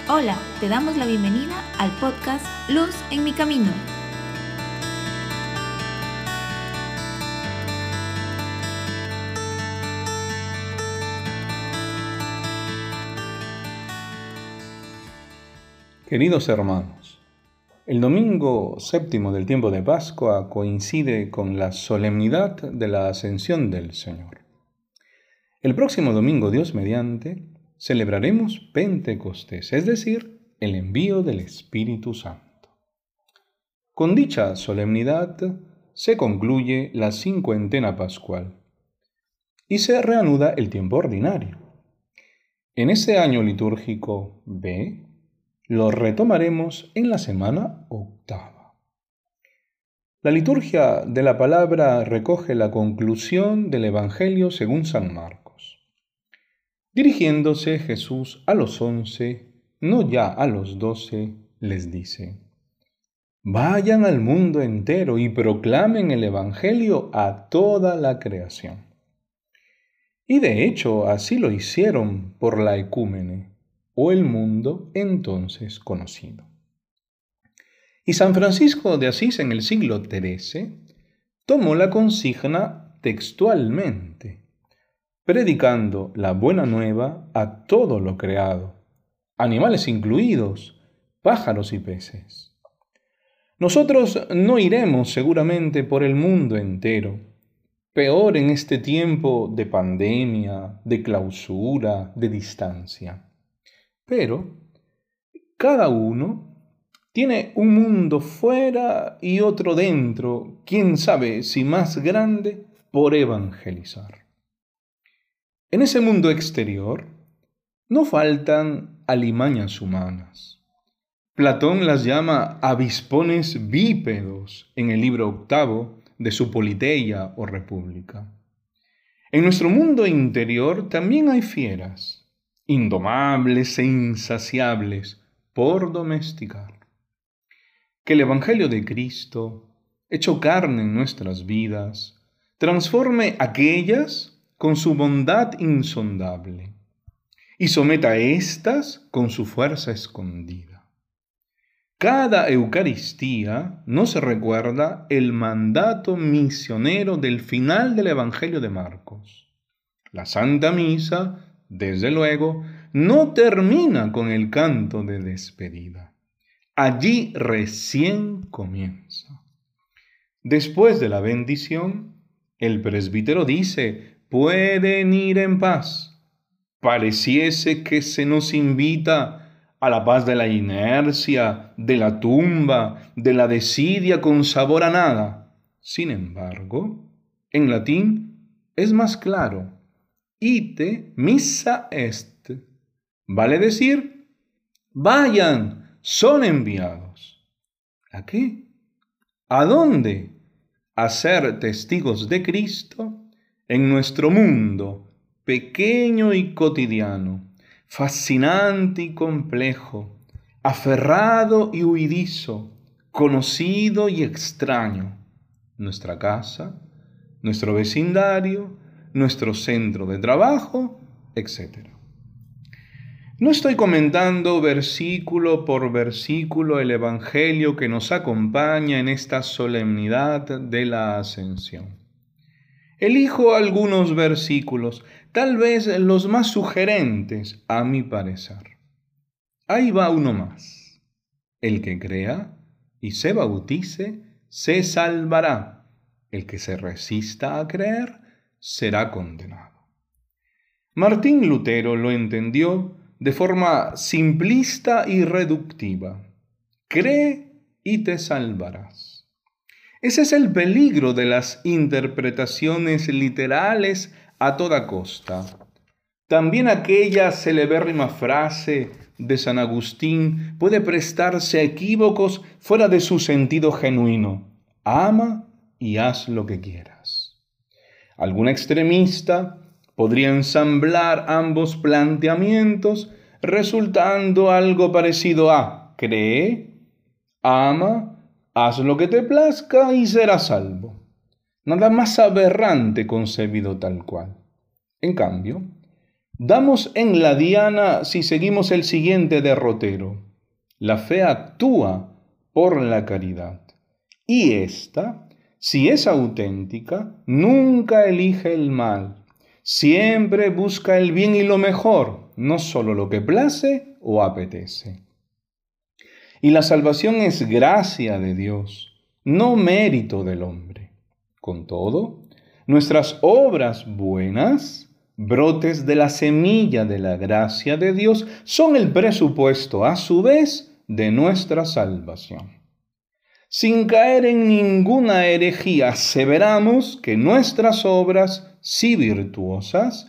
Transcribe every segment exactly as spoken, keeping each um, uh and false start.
Hola, te damos la bienvenida al podcast Luz en mi camino. Queridos hermanos, el domingo séptimo del tiempo de Pascua coincide con la solemnidad de la Ascensión del Señor. El próximo domingo, Dios mediante, celebraremos Pentecostés, es decir, el envío del Espíritu Santo. Con dicha solemnidad se concluye la cincuentena pascual y se reanuda el tiempo ordinario. En este año litúrgico B, lo retomaremos en la semana octava. La liturgia de la palabra recoge la conclusión del Evangelio según San Marcos. Dirigiéndose Jesús a los once, no ya a los doce, les dice: Vayan al mundo entero y proclamen el Evangelio a toda la creación. Y de hecho así lo hicieron por la ecúmene, o el mundo entonces conocido. Y San Francisco de Asís en el siglo trece tomó la consigna textualmente, predicando la buena nueva a todo lo creado, animales incluidos, pájaros y peces. Nosotros no iremos seguramente por el mundo entero, peor en este tiempo de pandemia, de clausura, de distancia. Pero cada uno tiene un mundo fuera y otro dentro, quién sabe si más grande, por evangelizar. En ese mundo exterior no faltan alimañas humanas. Platón las llama avispones bípedos en el libro octavo de su Politeia o República. En nuestro mundo interior también hay fieras, indomables e insaciables por domesticar. Que el Evangelio de Cristo, hecho carne en nuestras vidas, transforme aquellas con su bondad insondable y someta a éstas con su fuerza escondida. Cada Eucaristía nos recuerda el mandato misionero del final del Evangelio de Marcos. La Santa Misa, desde luego, no termina con el canto de despedida. Allí recién comienza. Después de la bendición, el presbítero dice: pueden ir en paz. Pareciese que se nos invita a la paz de la inercia, de la tumba, de la desidia con sabor a nada. Sin embargo, en latín es más claro: ite missa est. Vale decir, vayan, son enviados. ¿A qué? ¿A dónde? A ser testigos de Cristo en nuestro mundo pequeño y cotidiano, fascinante y complejo, aferrado y huidizo, conocido y extraño. Nuestra casa, nuestro vecindario, nuestro centro de trabajo, etcétera. No estoy comentando versículo por versículo el Evangelio que nos acompaña en esta solemnidad de la Ascensión. Elijo algunos versículos, tal vez los más sugerentes a mi parecer. Ahí va uno más. El que crea y se bautice, se salvará. El que se resista a creer, será condenado. Martín Lutero lo entendió de forma simplista y reductiva. Cree y te salvarás. Ese es el peligro de las interpretaciones literales a toda costa. También aquella celebérrima frase de San Agustín puede prestarse a equívocos fuera de su sentido genuino. Ama y haz lo que quieras. Algún extremista podría ensamblar ambos planteamientos resultando algo parecido a: cree, ama, haz lo que te plazca y serás salvo. Nada más aberrante concebido tal cual. En cambio, Damos en la diana si seguimos el siguiente derrotero. La fe actúa por la caridad. Y ésta, si es auténtica, nunca elige el mal. Siempre busca el bien y lo mejor, no solo lo que place o apetece. Y la salvación es gracia de Dios, no mérito del hombre. Con todo, nuestras obras buenas, brotes de la semilla de la gracia de Dios, son el presupuesto, a su vez, de nuestra salvación. Sin caer en ninguna herejía, aseveramos que nuestras obras, si virtuosas,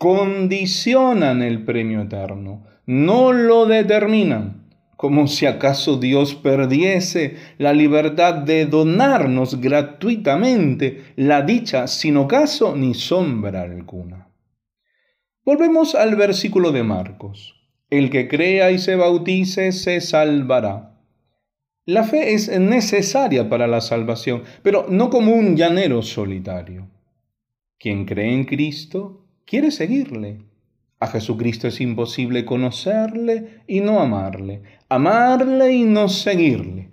condicionan el premio eterno, no lo determinan, como si acaso Dios perdiese la libertad de donarnos gratuitamente la dicha sin ocaso ni sombra alguna. Volvemos al versículo de Marcos. El que crea y se bautice se salvará. La fe es necesaria para la salvación, pero no como un llanero solitario. Quien cree en Cristo quiere seguirle. A Jesucristo es imposible conocerle y no amarle, amarle y no seguirle.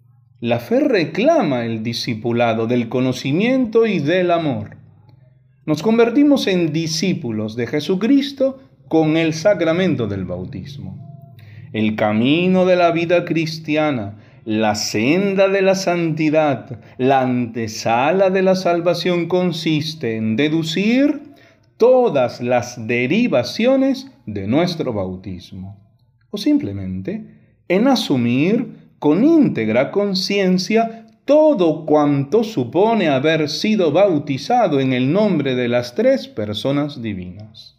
La fe reclama el discipulado del conocimiento y del amor. Nos convertimos en discípulos de Jesucristo con el sacramento del bautismo. El camino de la vida cristiana, la senda de la santidad, la antesala de la salvación consiste en deducir todas las derivaciones de nuestro bautismo, o simplemente en asumir con íntegra conciencia todo cuanto supone haber sido bautizado en el nombre de las tres personas divinas.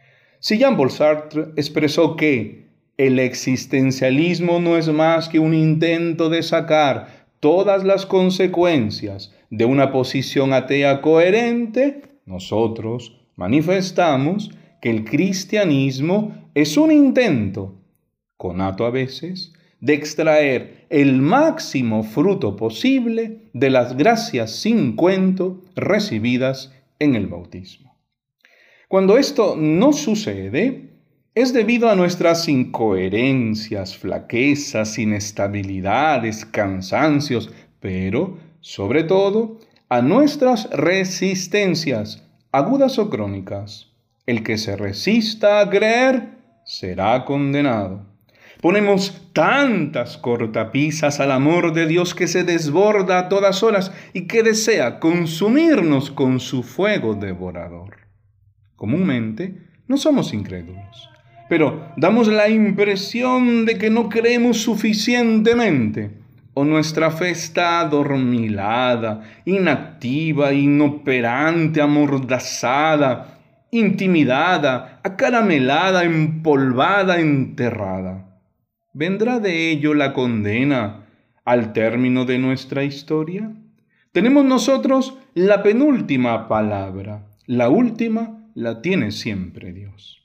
Si Jean-Paul Sartre expresó que el existencialismo no es más que un intento de sacar todas las consecuencias de una posición atea coherente, nosotros manifestamos que el cristianismo es un intento, conato a veces, de extraer el máximo fruto posible de las gracias sin cuento recibidas en el bautismo. Cuando esto no sucede, es debido a nuestras incoherencias, flaquezas, inestabilidades, cansancios, pero, sobre todo, a nuestras resistencias, agudas o crónicas. El que se resista a creer será condenado. Ponemos tantas cortapisas al amor de Dios que se desborda a todas horas y que desea consumirnos con su fuego devorador. Comúnmente no somos incrédulos, pero damos la impresión de que no creemos suficientemente, o nuestra fe está adormilada, inactiva, inoperante, amordazada, intimidada, acaramelada, empolvada, enterrada. ¿Vendrá de ello la condena al término de nuestra historia? Tenemos nosotros la penúltima palabra, la última la tiene siempre Dios.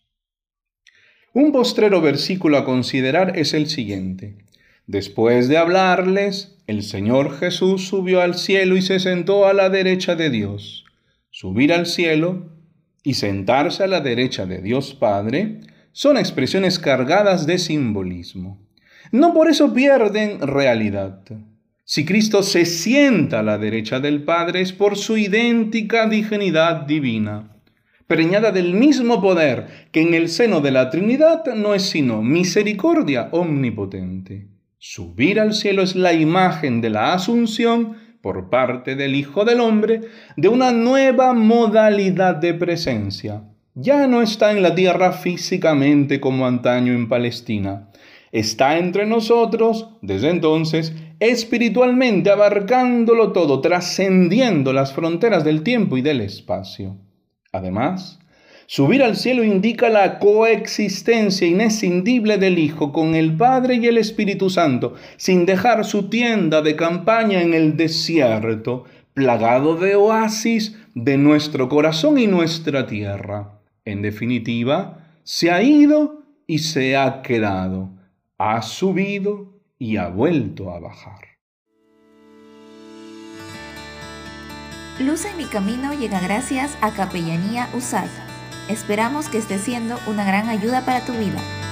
Un postrero versículo a considerar es el siguiente. Después de hablarles, el Señor Jesús subió al cielo y se sentó a la derecha de Dios. Subir al cielo y sentarse a la derecha de Dios Padre son expresiones cargadas de simbolismo. No por eso pierden realidad. Si Cristo se sienta a la derecha del Padre es por su idéntica dignidad divina, preñada del mismo poder que en el seno de la Trinidad no es sino misericordia omnipotente. Subir al cielo es la imagen de la asunción por parte del Hijo del Hombre de una nueva modalidad de presencia. Ya no está en la tierra físicamente como antaño en Palestina. Está entre nosotros, desde entonces, espiritualmente abarcándolo todo, trascendiendo las fronteras del tiempo y del espacio. Además, subir al cielo indica la coexistencia inescindible del Hijo con el Padre y el Espíritu Santo, sin dejar su tienda de campaña en el desierto, plagado de oasis de nuestro corazón y nuestra tierra. En definitiva, se ha ido y se ha quedado, ha subido y ha vuelto a bajar. Luz en mi camino llega gracias a Capellanía U S A D. Esperamos que esté siendo una gran ayuda para tu vida.